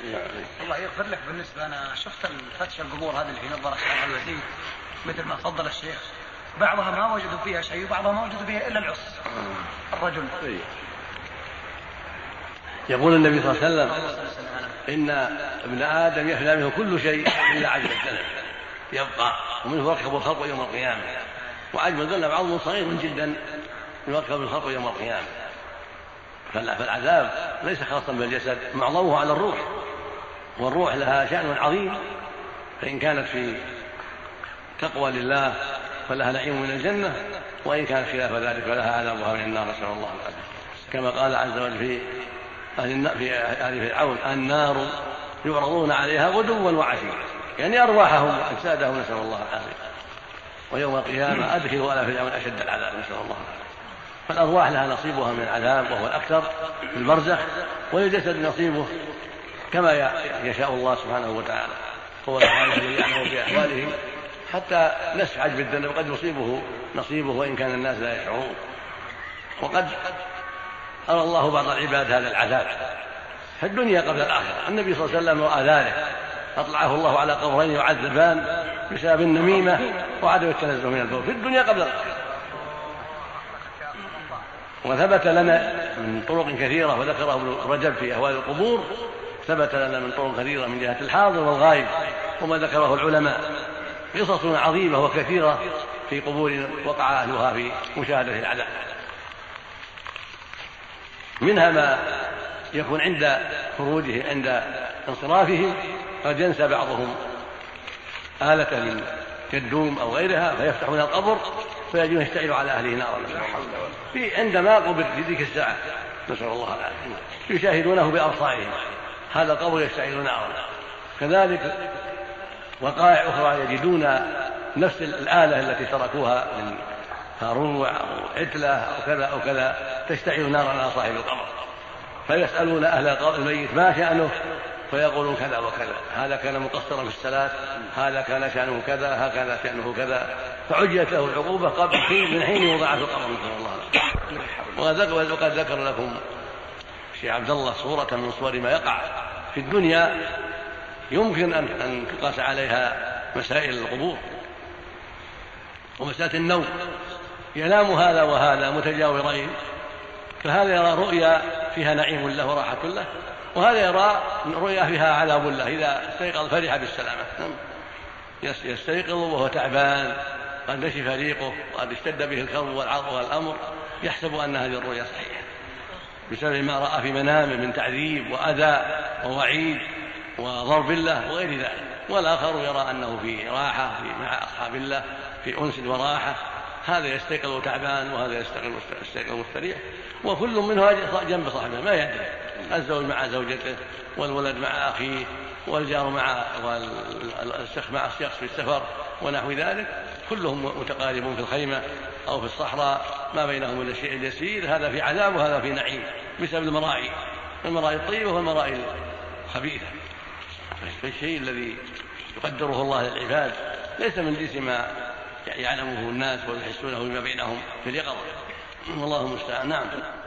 الله يغفر لك. بالنسبة أنا شفت فتش القبور هذه اللي في نظر الشيخ الوزير مثل ما فضل الشيخ، بعضها ما وجدوا فيها شيء وبعضها ما وجدوا فيها إلا العص الرجل. يقول النبي صلى الله عليه وسلم إن ابن آدم يفنى منه كل شيء إلا عجب الذنب يبقى، ومنه يركب الخلق يوم القيامة، وعجب الذنب عظم صغير جدا يركب الخلق يوم القيامة. فالعذاب ليس خاصا بالجسد، معظمه على الروح، والروح لها شأن عظيم، فإن كانت في تقوى لله فلها نعيم من الجنة، وإن كانت خلاف ذلك فلها عذابها من النار، نسأل الله العافية. كما قال عز وجل في آل فرعون النار يعرضون عليها غدوا وعشيا، يعني أرواحهم وأجسادهم، نسأل الله العافية. ويوم القيامة أدخلوا آل فرعون أشد العذاب، نسأل الله العافية. فالأرواح لها نصيبها من العذاب وهو الأكثر في البرزخ، وللجسد نصيبه كما يشاء الله سبحانه وتعالى، هو سبحانه الذي يعلم بأحواله حتى نسعد بالذنب وقد يصيبه نصيبه وإن كان الناس لا يشعرون. وقد أرى الله بعض العباد هذا العذاب في الدنيا قبل الآخرة. النبي صلى الله عليه وسلم رأى ذلك، أطلعه الله على قبرين يعذبان بسبب النميمة وعدم التنزه من البول في الدنيا قبل الآخرة. وثبت لنا من طرق كثيرة، وذكره ابن رجب في أهوال القبور، ثبت لنا من طرق كثيرة من جهة الحاضر والغائب وما ذكره العلماء، قصص عظيمة وكثيرة في قبور وقع أهلها في مشاهدة العذاب. منها ما يكون عند خروجه، عند انصرافهم قد ينسى بعضهم آلة من كالدوم أو غيرها فيفتحون القبر فيجون يشتعل على أهله نارا، في عندما قبر في ذيك الساعة، نسأل الله العافية، يشاهدونه بأبصارهم، هذا القبر يشتعل نارا. كذلك وقائع أخرى يجدون نفس الآلة التي تركوها من فاروع أو عتلة أو كذا أو كذا تشتعل نارا على صاحب القبر، فيسألون أهل الميت ما شأنه، فيقولون كذا وكذا، هذا كان مقصرا في الصلاة، هذا كان شأنه كذا، هكذا شأنه كذا، فعجلت له العقوبة قبل من حين يوضع في القبر، نسأل الله. وقد ذكر لكم الشيخ عبد الله صورة من صور ما يقع في الدنيا يمكن أن تقاس عليها مسائل القبور ومسألة النوم. ينام هذا وهذا متجاورين، فهذا يرى رؤيا فيها نعيم له وراحة له، وهذا يرى رؤيا فيها عذاب الله. إذا استيقظ فرح بالسلامة، يستيقظ وهو تعبان قد نشف ريقه وقد اشتد به الكرب والعرض والأمر، يحسب أن هذه الرؤيا صحيحة بسبب ما رأى في منامه من تعذيب وأذى ووعيد وضرب الله وغير ذلك. والآخر يرى أنه في راحة مع أصحاب الله في أنس وراحة، هذا يستيقظ تعبان وهذا يستيقظ مستريح، وكل منه جنب صاحبه ما يدري، الزوج مع زوجته والولد مع أخيه والجار مع والشيخ مع الشخص في السفر ونحو ذلك، كلهم متقاربون في الخيمة أو في الصحراء ما بينهم إلا الشيء اليسير، هذا في عذاب وهذا في نعيم بسبب المرائي الطيبة والمرائي الخبيثة. فالشيء الذي يقدره الله للعباد ليس من جنس ما يعلمه الناس ويحسونه بما بينهم في اليقظة، والله المستعان. نعم.